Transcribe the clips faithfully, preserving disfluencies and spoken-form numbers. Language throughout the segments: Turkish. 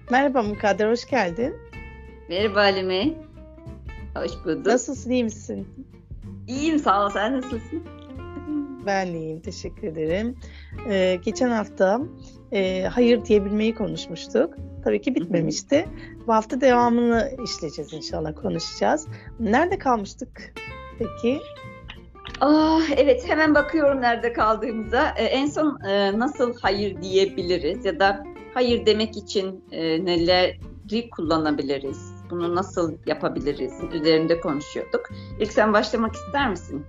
Merhaba Mukadder, hoş geldin. Merhaba Halime. Hoş bulduk. Nasılsın, iyi misin? İyiyim sağ ol. Sen nasılsın? Ben iyiyim, teşekkür ederim. Ee, geçen hafta e, hayır diyebilmeyi konuşmuştuk. Tabii ki bitmemişti. Bu hafta devamını işleyeceğiz inşallah, konuşacağız. Nerede kalmıştık peki? Ah, evet hemen bakıyorum nerede kaldığımıza. Ee, en son e, nasıl hayır diyebiliriz ya da hayır demek için e, neleri kullanabiliriz? Bunu nasıl yapabiliriz? Üzerinde konuşuyorduk. İlk sen başlamak ister misin?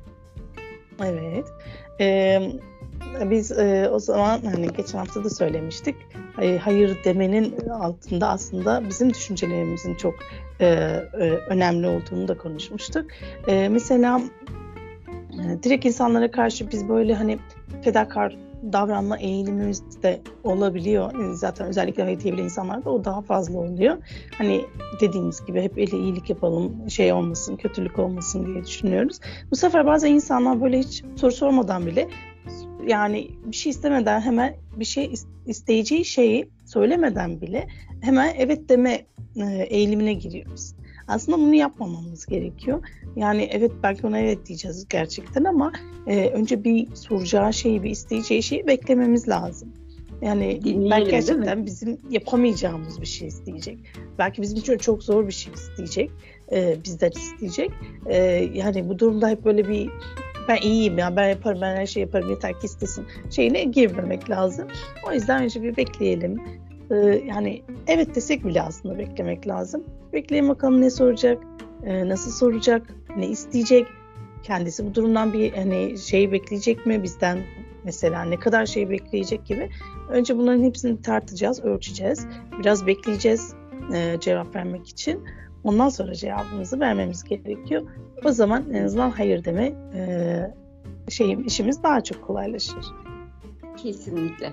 Evet. Ee, biz e, o zaman hani geçen hafta da söylemiştik. Hayır, hayır demenin altında aslında bizim düşüncelerimizin çok e, e, önemli olduğunu da konuşmuştuk. E, mesela e, direkt insanlara karşı biz böyle hani fedakar davranma eğilimimiz de olabiliyor. Zaten özellikle hayır diyebilen insanlarda o daha fazla oluyor. Hani dediğimiz gibi hep eli iyilik yapalım, şey olmasın, kötülük olmasın diye düşünüyoruz. Bu sefer bazen insanlar böyle hiç soru sormadan bile, yani bir şey istemeden hemen bir şey isteyeceği şeyi söylemeden bile hemen evet deme eğilimine giriyoruz. Aslında bunu yapmamamız gerekiyor. Yani evet, belki ona evet diyeceğiz gerçekten ama e, önce bir soracağı şeyi, bir isteyeceği şeyi beklememiz lazım. Yani Dinleyelim, belki gerçekten bizim yapamayacağımız bir şey isteyecek. Belki bizim için çok zor bir şey isteyecek. E, bizden isteyecek. E, yani bu durumda hep böyle bir ben iyiyim ya, ben yaparım, ben her şeyi yaparım, yeter ki istesin şeyine girmemek lazım. O yüzden önce bir bekleyelim. Ee, yani evet desek bile aslında beklemek lazım. Bekleyin bakalım ne soracak, e, nasıl soracak, ne isteyecek, kendisi bu durumdan bir hani şey bekleyecek mi bizden, mesela ne kadar şey bekleyecek gibi. Önce bunların hepsini tartacağız, ölçeceğiz, biraz bekleyeceğiz e, cevap vermek için. Ondan sonra cevabımızı vermemiz gerekiyor. O zaman en azından hayır deme e, şeyim işimiz daha çok kolaylaşır. Kesinlikle.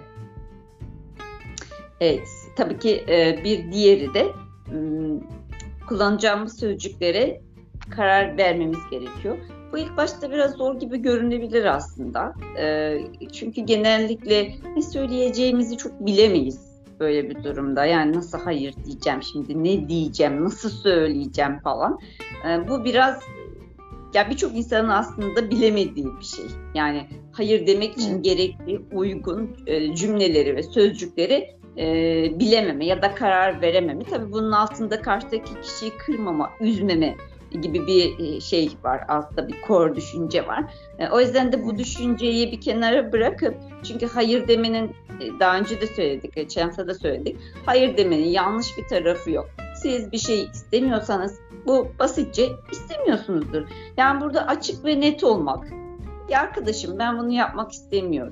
Evet, tabii ki e, bir diğeri de m, kullanacağımız sözcüklere karar vermemiz gerekiyor. Bu ilk başta biraz zor gibi görünebilir aslında. E, çünkü genellikle ne söyleyeceğimizi çok bilemeyiz böyle bir durumda. Yani nasıl hayır diyeceğim şimdi, ne diyeceğim, nasıl söyleyeceğim falan. E, bu biraz, ya birçok insanın aslında bilemediği bir şey. Yani hayır demek için Evet. gerekli uygun e, cümleleri ve sözcükleri e, bilememe ya da karar verememe. Tabii bunun altında karşıdaki kişiyi kırmama, üzmeme gibi bir şey var. Altta bir core düşünce var. E, o yüzden de bu düşünceyi bir kenara bırakıp, çünkü hayır demenin, e, daha önce de söyledik, geçen hafta da söyledik. Hayır demenin yanlış bir tarafı yok. Siz bir şey istemiyorsanız bu basitçe istemiyorsunuzdur. Yani burada açık ve net olmak. Ya arkadaşım, ben bunu yapmak istemiyorum.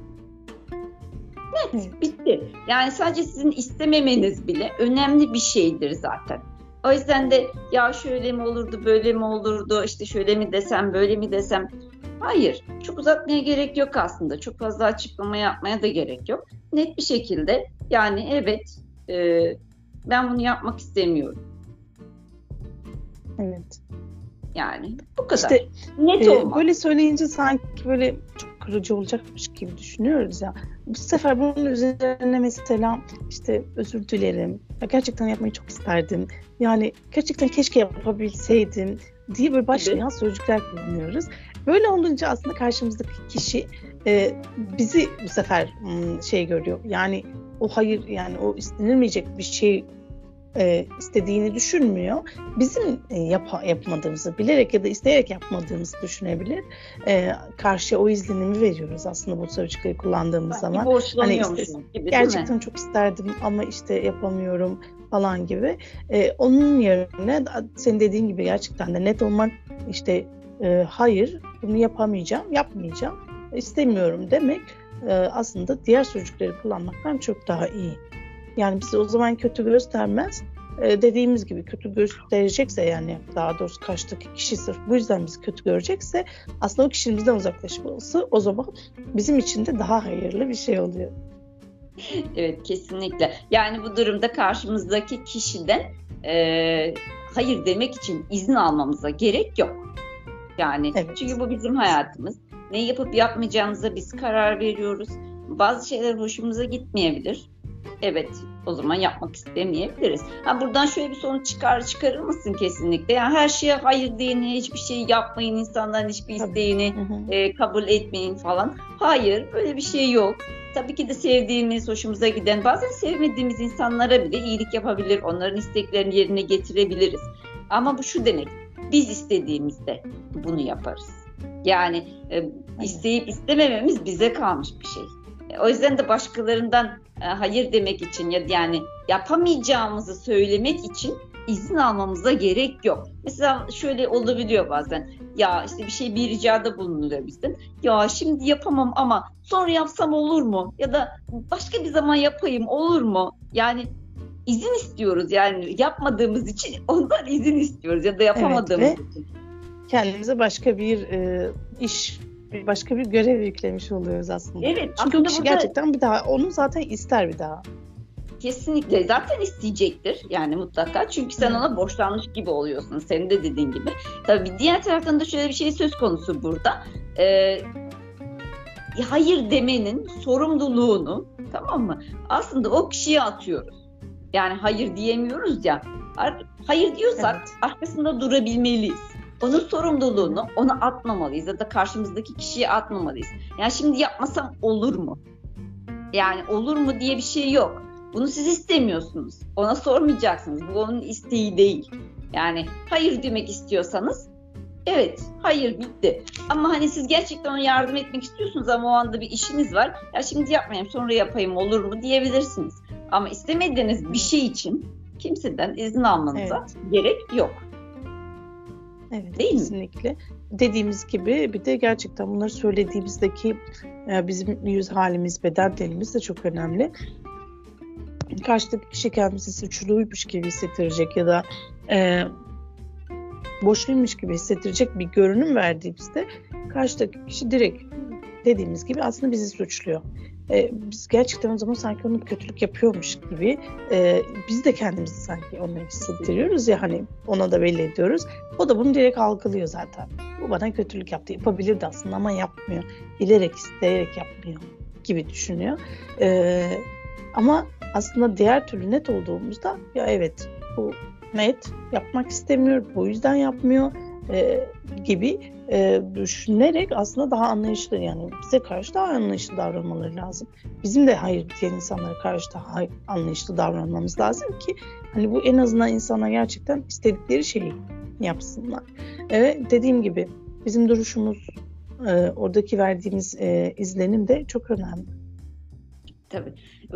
Net, Evet. bitti. Yani sadece sizin istememeniz bile önemli bir şeydir zaten. O yüzden de ya şöyle mi olurdu, böyle mi olurdu, işte şöyle mi desem, böyle mi desem. Hayır, çok uzatmaya gerek yok aslında. Çok fazla açıklama yapmaya da gerek yok. Net bir şekilde yani evet, e, ben bunu yapmak istemiyorum. Evet. Yani bu kadar. İşte net e, olmak. böyle söyleyince sanki böyle çok kırıcı olacakmış gibi düşünüyoruz ya. Bu sefer bunun üzerine mesela işte özür dilerim, ya gerçekten yapmayı çok isterdim, yani gerçekten keşke yapabilseydim diye böyle başlayan sözcükler kullanıyoruz. Böyle olunca aslında karşımızdaki kişi e, bizi bu sefer m, şey görüyor. Yani o hayır, yani o istenilmeyecek bir şey e, istediğini düşünmüyor. Bizim e, yap- yapmadığımızı bilerek ya da isteyerek yapmadığımızı düşünebilir. E, karşıya o izlenimi veriyoruz aslında bu sözcükleri kullandığımız Sanki zaman. Hani iste- gibi, gerçekten çok isterdim ama işte yapamıyorum falan gibi. E, onun yerine senin dediğin gibi gerçekten de net olmak, işte e, hayır bunu yapamayacağım, yapmayacağım, istemiyorum demek e, aslında diğer sözcükleri kullanmaktan çok daha iyi. Yani bizi o zaman kötü göstermez. Ee, dediğimiz gibi kötü gösterecekse, yani daha doğrusu karşıdaki kişi sırf bu yüzden bizi kötü görecekse, aslında o kişinin bizden uzaklaşması o zaman bizim için de daha hayırlı bir şey oluyor. Evet, kesinlikle. Yani bu durumda karşımızdaki kişiden e, hayır demek için izin almamıza gerek yok. Yani Evet. çünkü bu bizim hayatımız. Ne yapıp yapmayacağımıza biz karar veriyoruz. Bazı şeyler hoşumuza gitmeyebilir. evet, o zaman yapmak istemeyebiliriz. Ha, buradan şöyle bir sonuç çıkar çıkarır mısın kesinlikle? Yani her şeye hayır deyin, hiçbir şey yapmayın, insanların hiçbir isteğini e, kabul etmeyin falan. Hayır, böyle bir şey yok. Tabii ki de sevdiğimiz, hoşumuza giden, bazen sevmediğimiz insanlara bile iyilik yapabilir, onların isteklerini yerine getirebiliriz. Ama bu şu demek, biz istediğimizde bunu yaparız. Yani e, isteyip istemememiz bize kalmış bir şey. E, o yüzden de başkalarından e, hayır demek için ya yani yapamayacağımızı söylemek için izin almamıza gerek yok. Mesela şöyle olabiliyor bazen. Ya işte bir şey bir ricada bulunuyor bizden. Ya şimdi yapamam ama sonra yapsam olur mu? Ya da başka bir zaman yapayım olur mu? Yani izin istiyoruz, yani yapmadığımız için ondan izin istiyoruz ya da yapamadığımız evet, için. Kendimize başka bir e, iş, başka bir görev yüklemiş oluyoruz aslında. Evet, çünkü aslında o kişi burada gerçekten bir daha onu zaten ister bir daha. kesinlikle zaten isteyecektir yani mutlaka, çünkü sen ona borçlanmış gibi oluyorsun, senin de dediğin gibi. Tabii diğer taraftan da şöyle bir şey söz konusu burada. Ee, hayır demenin sorumluluğunu, tamam mı, aslında o kişiye atıyoruz. Yani hayır diyemiyoruz ya. Hayır diyorsak evet, arkasında durabilmeliyiz. Onun sorumluluğunu ona atmamalıyız ya da karşımızdaki kişiye atmamalıyız. Yani şimdi yapmasam olur mu? Yani olur mu diye bir şey yok. Bunu siz istemiyorsunuz. Ona sormayacaksınız. Bu onun isteği değil. Yani hayır demek istiyorsanız evet, hayır, bitti. Ama hani siz gerçekten ona yardım etmek istiyorsunuz ama o anda bir işiniz var. Ya şimdi yapmayayım, sonra yapayım, olur mu diyebilirsiniz. Ama istemediğiniz bir şey için kimseden izin almanıza evet, gerek yok. Evet, değil kesinlikle. Mi? Dediğimiz gibi bir de gerçekten bunları söylediğimizdeki bizim yüz halimiz, beden dilimiz de çok önemli. Karşıdaki kişi kendisi suçluymuş gibi hissettirecek ya da e, boşluymuş gibi hissettirecek bir görünüm verdiğimizde karşıdaki kişi direkt dediğimiz gibi aslında bizi suçluyor. Ee, biz gerçekten o zaman sanki onu kötülük yapıyormuş gibi e, biz de kendimizi sanki onu hissettiriyoruz ya, hani ona da belli ediyoruz. O da bunu direkt algılıyor zaten. Bu bana kötülük yaptı. Yapabilirdi aslında ama yapmıyor. Bilerek, isteyerek yapmıyor gibi düşünüyor. Ee, ama aslında diğer türlü net olduğumuzda ya evet, bu net yapmak istemiyor, bu yüzden yapmıyor e, gibi e, düşünerek aslında daha anlayışlı, yani bize karşı daha anlayışlı davranmaları lazım. Bizim de hayır diyen insanlara karşı daha anlayışlı davranmamız lazım ki hani bu en azından insanlar gerçekten istedikleri şeyi yapsınlar. Evet, dediğim gibi bizim duruşumuz, e, oradaki verdiğimiz e, izlenim de çok önemli. Tabii.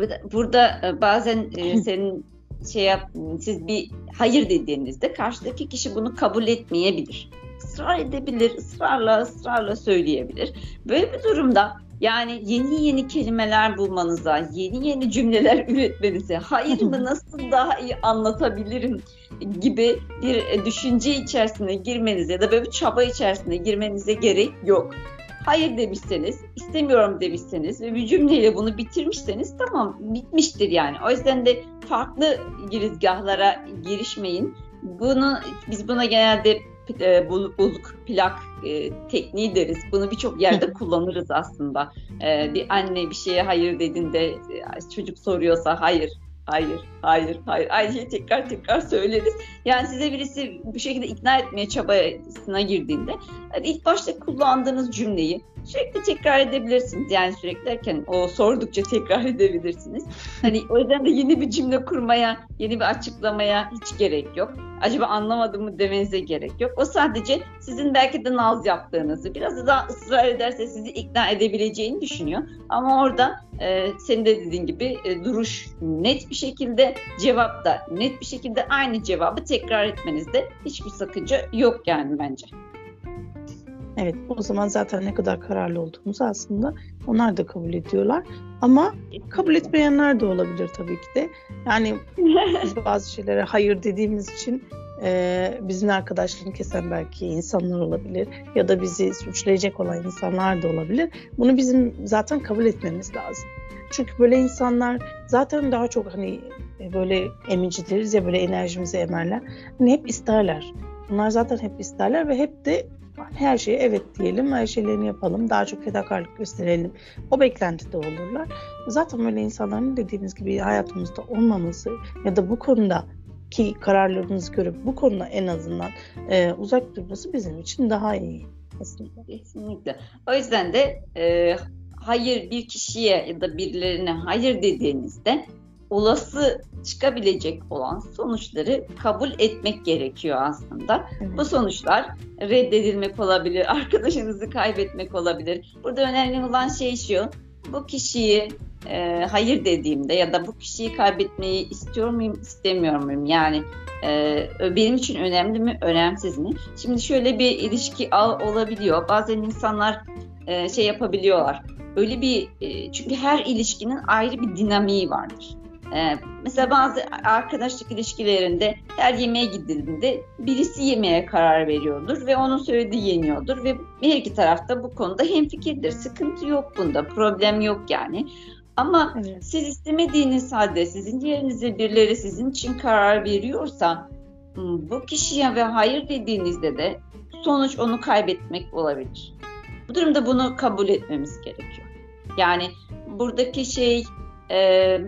Burada bazen senin şey yap, siz bir hayır dediğinizde karşıdaki kişi bunu kabul etmeyebilir. Israr edebilir, ısrarla ısrarla söyleyebilir. Böyle bir durumda yani yeni yeni kelimeler bulmanıza, yeni yeni cümleler üretmenize, hayır mı nasıl daha iyi anlatabilirim gibi bir düşünce içerisine girmenize ya da böyle bir çaba içerisine girmenize gerek yok. Hayır demişseniz, istemiyorum demişseniz ve bir cümleyle bunu bitirmişseniz tamam, bitmiştir yani. O yüzden de farklı girizgahlara girişmeyin. Bunu biz buna genelde e, bozuk plak e, tekniği deriz. Bunu birçok yerde kullanırız aslında. E, bir anne bir şeye hayır dediğinde e, çocuk soruyorsa hayır. Hayır, hayır, hayır. Aynı şeyi tekrar tekrar söyleriz. Yani size birisi bu şekilde ikna etmeye çabasına girdiğinde yani ilk başta kullandığınız cümleyi sürekli tekrar edebilirsiniz. Yani sürekli derken o sordukça tekrar edebilirsiniz. Hani o yüzden de yeni bir cümle kurmaya, yeni bir açıklamaya hiç gerek yok. Acaba anlamadım mı demenize gerek yok. O sadece sizin belki de naz yaptığınızı, biraz daha ısrar ederse sizi ikna edebileceğini düşünüyor. Ama orada e, senin de dediğin gibi e, duruş net bir şekilde, cevap da net bir şekilde aynı cevabı tekrar etmenizde hiçbir sakınca yok yani bence. Evet, o zaman zaten ne kadar kararlı olduğumuzu aslında onlar da kabul ediyorlar. Ama kabul etmeyenler de olabilir tabii ki de. Yani biz bazı şeylere hayır dediğimiz için e, bizimle arkadaşlığını kesen belki insanlar olabilir. Ya da bizi suçlayacak olan insanlar da olabilir. Bunu bizim zaten kabul etmemiz lazım. Çünkü böyle insanlar zaten daha çok hani böyle emici deriz ya, böyle enerjimizi emerler. Hani hep isterler. Bunlar zaten hep isterler ve hep de her şeye evet diyelim, her şeylerini yapalım, daha çok fedakarlık gösterelim. O beklentide olurlar. Zaten böyle insanların dediğiniz gibi hayatımızda olmaması ya da bu konuda ki kararlarımızı görüp bu konuda en azından e, uzak durması bizim için daha iyi aslında. Kesinlikle. O yüzden de e, hayır bir kişiye ya da birilerine hayır dediğinizde olası çıkabilecek olan sonuçları kabul etmek gerekiyor aslında. Evet. Bu sonuçlar reddedilmek olabilir, arkadaşınızı kaybetmek olabilir. Burada önemli olan şey şu, bu kişiyi e, hayır dediğimde ya da bu kişiyi kaybetmeyi istiyor muyum, istemiyor muyum? Yani e, benim için önemli mi, önemsiz mi? Şimdi şöyle bir ilişki ağ olabiliyor. Bazen insanlar e, şey yapabiliyorlar. Öyle bir e, çünkü her ilişkinin ayrı bir dinamiği vardır. Ee, mesela bazı arkadaşlık ilişkilerinde her yemeğe gidildiğinde birisi yemeğe karar veriyordur ve onun söylediği yeniyordur ve her iki tarafta bu konuda hemfikirdir. Sıkıntı yok bunda, problem yok yani. Ama evet. Siz istemediğiniz halde sizin yerinize birileri sizin için karar veriyorsa bu kişiye ve hayır dediğinizde de sonuç onu kaybetmek olabilir. Bu durumda bunu kabul etmemiz gerekiyor. Yani buradaki şey... E,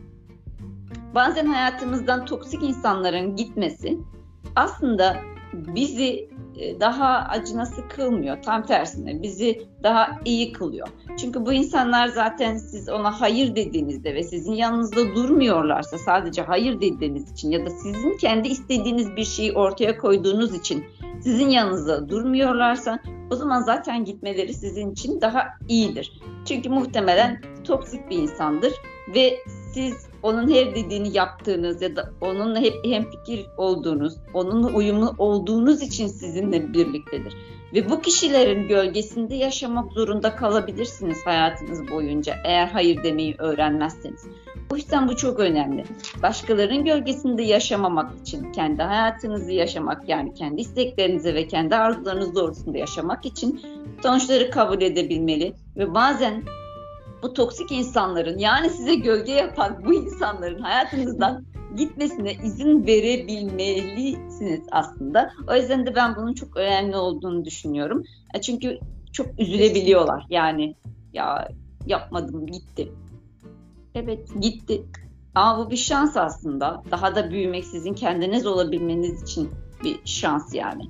Bazen hayatımızdan toksik insanların gitmesi aslında bizi daha acınası kılmıyor. Tam tersine bizi daha iyi kılıyor. Çünkü bu insanlar zaten siz ona hayır dediğinizde ve sizin yanınızda durmuyorlarsa sadece hayır dediğiniz için ya da sizin kendi istediğiniz bir şeyi ortaya koyduğunuz için sizin yanınızda durmuyorlarsa o zaman zaten gitmeleri sizin için daha iyidir. Çünkü muhtemelen toksik bir insandır ve siz onun her dediğini yaptığınız ya da onunla hep hemfikir olduğunuz, onunla uyumlu olduğunuz için sizinle birliktedir. Ve bu kişilerin gölgesinde yaşamak zorunda kalabilirsiniz hayatınız boyunca eğer hayır demeyi öğrenmezseniz. O yüzden bu çok önemli. Başkalarının gölgesinde yaşamamak için, kendi hayatınızı yaşamak yani kendi isteklerinizi ve kendi arzularınız doğrultusunda yaşamak için sonuçları kabul edebilmeli ve bazen bu toksik insanların yani size gölge yapan bu insanların hayatınızdan gitmesine izin verebilmelisiniz aslında. O yüzden de ben bunun çok önemli olduğunu düşünüyorum. Çünkü çok üzülebiliyorlar. Yani ya yapmadım gitti. Evet gitti. Ama bu bir şans aslında. Daha da büyümek sizin kendiniz olabilmeniz için bir şans yani.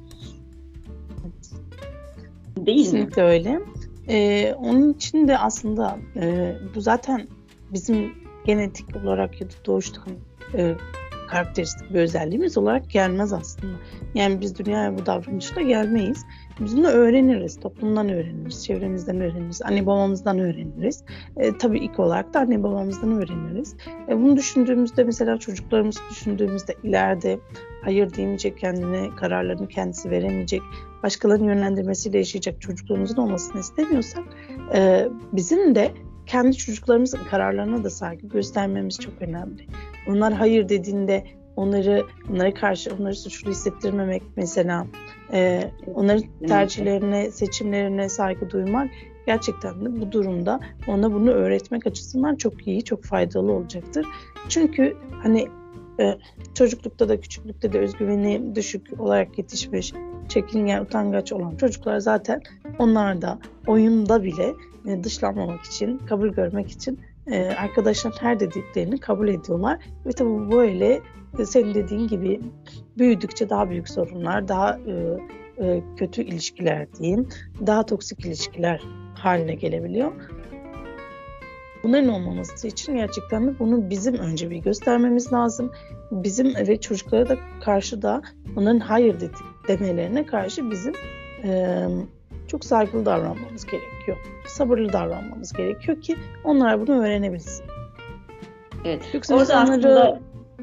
Değil Kesinlikle mi? öyle. Ee, onun için de aslında e, bu zaten bizim genetik olarak ya da doğuştan e, karakteristik bir özelliğimiz olarak gelmez aslında. Yani biz dünyaya bu davranışla gelmeyiz. Biz bunu öğreniriz. Toplumdan öğreniriz, çevremizden öğreniriz, anne babamızdan öğreniriz. E, tabii ilk olarak da anne babamızdan öğreniriz. E, bunu düşündüğümüzde mesela çocuklarımızı düşündüğümüzde ileride hayır diyemeyecek, kendine kararlarını kendisi veremeyecek, başkalarının yönlendirmesiyle yaşayacak çocuklarımızın olmasını istemiyorsak e, bizim de kendi çocuklarımızın kararlarına da saygı göstermemiz çok önemli. Onlar hayır dediğinde onları onlara karşı onları suçlu hissettirmemek mesela, e, onların tercihlerine, seçimlerine saygı duymak gerçekten de bu durumda ona bunu öğretmek açısından çok iyi, çok faydalı olacaktır. Çünkü hani e, çocuklukta da küçüklükte de özgüveni düşük olarak yetişmiş, çekingen, utangaç olan çocuklar zaten onlar da oyunda bile e, dışlanmamak için, kabul görmek için e, arkadaşların her dediklerini kabul ediyorlar. Ve tabii böyle e, senin dediğin gibi büyüdükçe daha büyük sorunlar, daha e, e, kötü ilişkiler diyeyim, daha toksik ilişkiler haline gelebiliyor. Bunların olmaması için gerçekten de bunu bizim önce bir göstermemiz lazım. Bizim ve çocuklara da karşı da onların hayır dedik demelerine karşı bizim e, çok saygılı davranmamız gerekiyor. Sabırlı davranmamız gerekiyor ki onlar bunu öğrenebilsin. Evet. Yoksa biz onları aslında...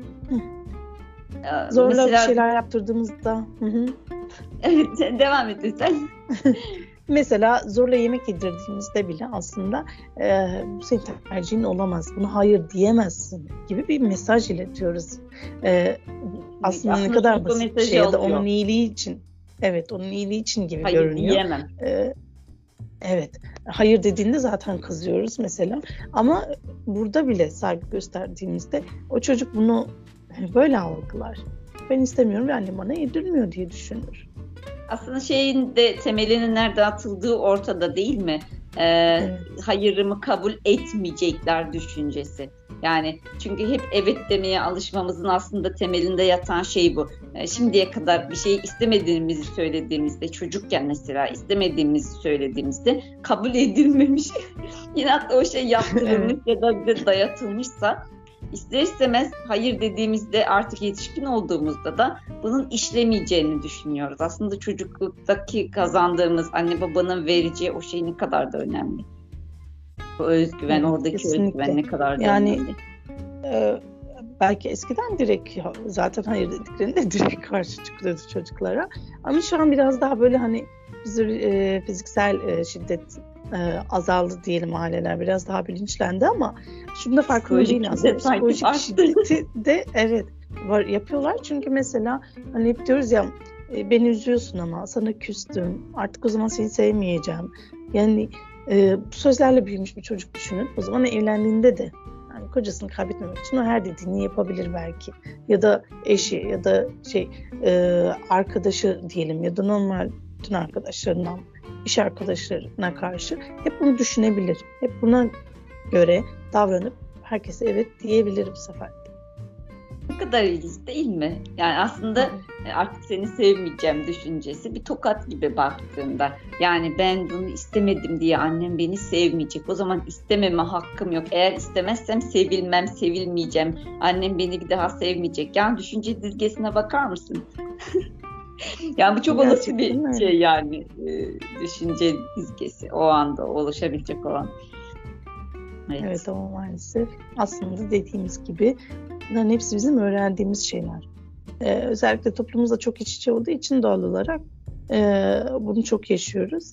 zorla mesela... bir şeyler yaptırdığımızda... Hı hı. Evet, devam et lütfen. Mesela zorla yemek yedirdiğimizde bile aslında e, bu senin tercihin olamaz, buna hayır diyemezsin gibi bir mesaj iletiyoruz. E, aslında, aslında ne kadar basit bir şey ya da onun iyiliği için. Evet, onun iyiliği için gibi hayır görünüyor. Hayır diyemem. E, evet, hayır dediğinde zaten kızıyoruz mesela. Ama burada bile saygı gösterdiğimizde o çocuk bunu böyle algılar. ben istemiyorum ve annem bana yedirmiyor diye düşünür. Aslında şeyin de temelinin nerede atıldığı ortada değil mi? Ee, evet. Hayırımı kabul etmeyecekler düşüncesi. Yani çünkü hep evet demeye alışmamızın aslında temelinde yatan şey bu. Ee, şimdiye kadar bir şey istemediğimizi söylediğimizde, çocukken mesela istemediğimizi söylediğimizde kabul edilmemiş. Yine hatta o şey yaptırılmış evet. ya da bize dayatılmışsa, İster istemez hayır dediğimizde artık yetişkin olduğumuzda da bunun işlemeyeceğini düşünüyoruz. Aslında çocukluktaki kazandığımız anne babanın vereceği o şey ne kadar da önemli. Bu özgüven, evet, oradaki kesinlikle. Özgüven ne kadar da yani, önemli. E, belki eskiden direkt zaten hayır dediklerinde direkt karşı çıkıyordu çocuklara. Ama şu an biraz daha böyle hani biz e, fiziksel e, şiddet e, azaldı diyelim, aileler biraz daha bilinçlendi ama şunda farkında değil aslında. Psikolojik şiddeti de evet var, yapıyorlar. Çünkü mesela hani hep diyoruz ya e, beni üzüyorsun ama sana küstüm. Artık o zaman seni sevmeyeceğim. Yani e, bu sözlerle büyümüş bir çocuk düşünün. O zaman evlendiğinde de yani kocasını kaybetmemek için o her dediğini yapabilir belki. Ya da eşi ya da şey e, arkadaşı diyelim ya da normal bütün arkadaşlarından, iş arkadaşlarına karşı hep bunu düşünebilir. Hep buna göre davranıp herkese evet diyebilir bu sefer. Ne kadar ilginç değil mi? Yani aslında artık seni sevmeyeceğim düşüncesi bir tokat gibi baktığında. Yani ben bunu istemedim diye annem beni sevmeyecek. O zaman istememe hakkım yok. Eğer istemezsem sevilmem, sevilmeyeceğim. Annem beni bir daha sevmeyecek. Yani düşünce dizgesine bakar mısın? Yani bu çok olası bir şey yani e, düşünce dizgesi o anda oluşabilecek olan. Evet. Evet ama maalesef aslında dediğimiz gibi bunların hepsi bizim öğrendiğimiz şeyler. Ee, özellikle toplumumuzda çok iç içe olduğu için doğal olarak e, bunu çok yaşıyoruz.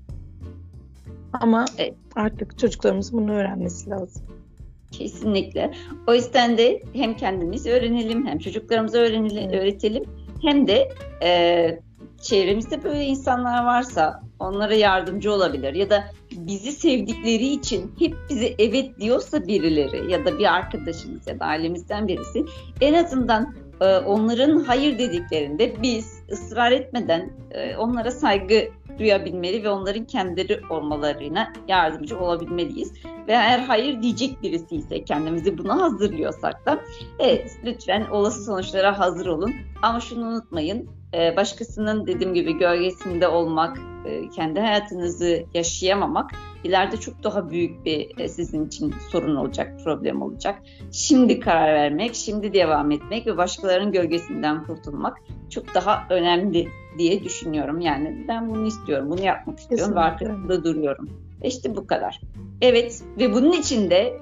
Ama evet. Artık çocuklarımız bunu öğrenmesi lazım. Kesinlikle. O yüzden de hem kendimiz öğrenelim hem çocuklarımıza öğrenelim, evet. öğretelim. Hem de e, çevremizde böyle insanlar varsa onlara yardımcı olabilir. Ya da bizi sevdikleri için hep bize evet diyorsa birileri ya da bir arkadaşımız ya da ailemizden birisi en azından e, onların hayır dediklerinde biz ısrar etmeden e, onlara saygı duyabilmeli ve onların kendileri olmalarına yardımcı olabilmeliyiz. Ve eğer hayır diyecek birisi ise kendimizi buna hazırlıyorsak da evet lütfen olası sonuçlara hazır olun. Ama şunu unutmayın, başkasının dediğim gibi gölgesinde olmak, kendi hayatınızı yaşayamamak ileride çok daha büyük bir sizin için sorun olacak, problem olacak. Şimdi karar vermek, şimdi devam etmek ve başkalarının gölgesinden kurtulmak çok daha önemli diye düşünüyorum. Yani ben bunu istiyorum, bunu yapmak istiyorum Kesinlikle. Ve arkasında duruyorum. İşte bu kadar. Evet ve bunun için de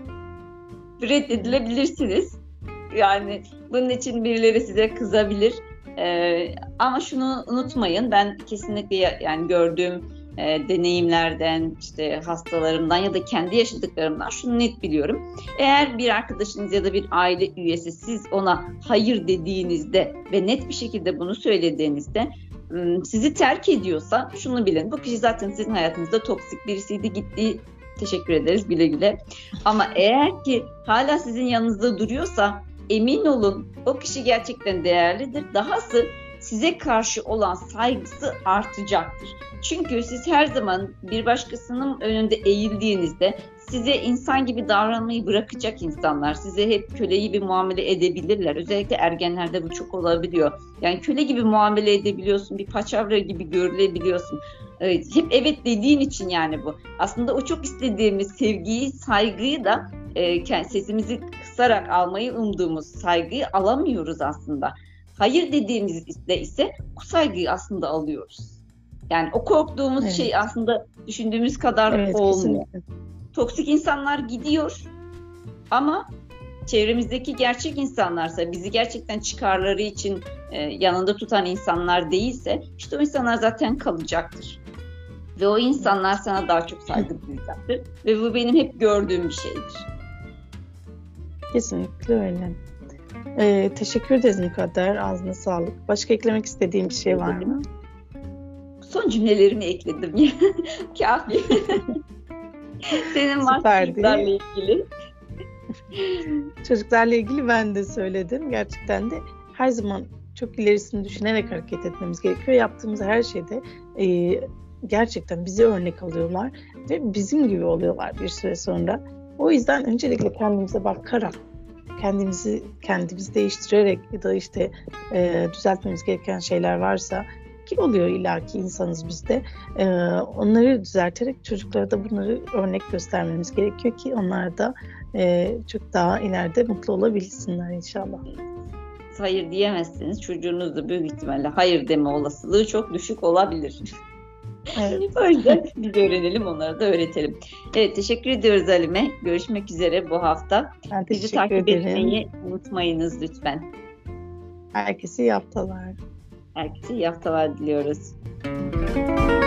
reddedilebilirsiniz. Yani bunun için birileri size kızabilir. Ee, ama şunu unutmayın, ben kesinlikle yani gördüğüm e, deneyimlerden, işte hastalarımdan ya da kendi yaşadıklarımdan şunu net biliyorum. Eğer bir arkadaşınız ya da bir aile üyesi siz ona hayır dediğinizde ve net bir şekilde bunu söylediğinizde sizi terk ediyorsa şunu bilin. Bu kişi zaten sizin hayatınızda toksik birisiydi, gitti. Teşekkür ederiz, güle güle. Ama eğer ki hala sizin yanınızda duruyorsa emin olun o kişi gerçekten değerlidir. Dahası size karşı olan saygısı artacaktır. Çünkü siz her zaman bir başkasının önünde eğildiğinizde size insan gibi davranmayı bırakacak insanlar. Size hep köle gibi muamele edebilirler. Özellikle ergenlerde bu çok olabiliyor. Yani köle gibi muamele edebiliyorsun, bir paçavra gibi görülebiliyorsun. Evet, hep evet dediğin için yani bu. Aslında o çok istediğimiz sevgiyi, saygıyı da e, sesimizi kısarak almayı umduğumuz saygıyı alamıyoruz aslında. Hayır dediğimizde ise o saygıyı aslında alıyoruz. Yani o korktuğumuz evet. şey aslında düşündüğümüz kadar evet, olmuyor. Kesinlikle. Toksik insanlar gidiyor ama çevremizdeki gerçek insanlarsa, bizi gerçekten çıkarları için e, yanında tutan insanlar değilse işte o insanlar zaten kalacaktır. Ve o insanlar sana daha çok saygı duyacaktır. Ve bu benim hep gördüğüm bir şeydir. Kesinlikle öyle. Ee, teşekkür ederiz Mukadder. Ağzına sağlık. Başka eklemek istediğim bir şey var mı? Son cümlelerimi ekledim ya. Kafi. Senin var çocuklarla ilgili. Çocuklarla ilgili ben de söyledim. Gerçekten de her zaman çok ilerisini düşünerek hareket etmemiz gerekiyor. Yaptığımız her şeyde e, gerçekten bizi örnek alıyorlar ve bizim gibi oluyorlar bir süre sonra. O yüzden öncelikle kendimize bakarak, kendimizi kendimizi değiştirerek ya da işte e, düzeltmemiz gereken şeyler varsa, ki oluyor illaki, insanız biz de, e, onları düzelterek çocuklara da bunları örnek göstermemiz gerekiyor ki onlar da e, çok daha ileride mutlu olabilsinler inşallah. Hayır diyemezsiniz. Çocuğunuz da büyük ihtimalle hayır deme olasılığı çok düşük olabilir. Evet. O yüzden biz öğrenelim, onlara da öğretelim. Evet, teşekkür ediyoruz Halime. Görüşmek üzere bu hafta. Ben Bizi takip ederim. Etmeyi unutmayınız lütfen. Herkese iyi haftalar. Herkese iyi haftalar diliyoruz.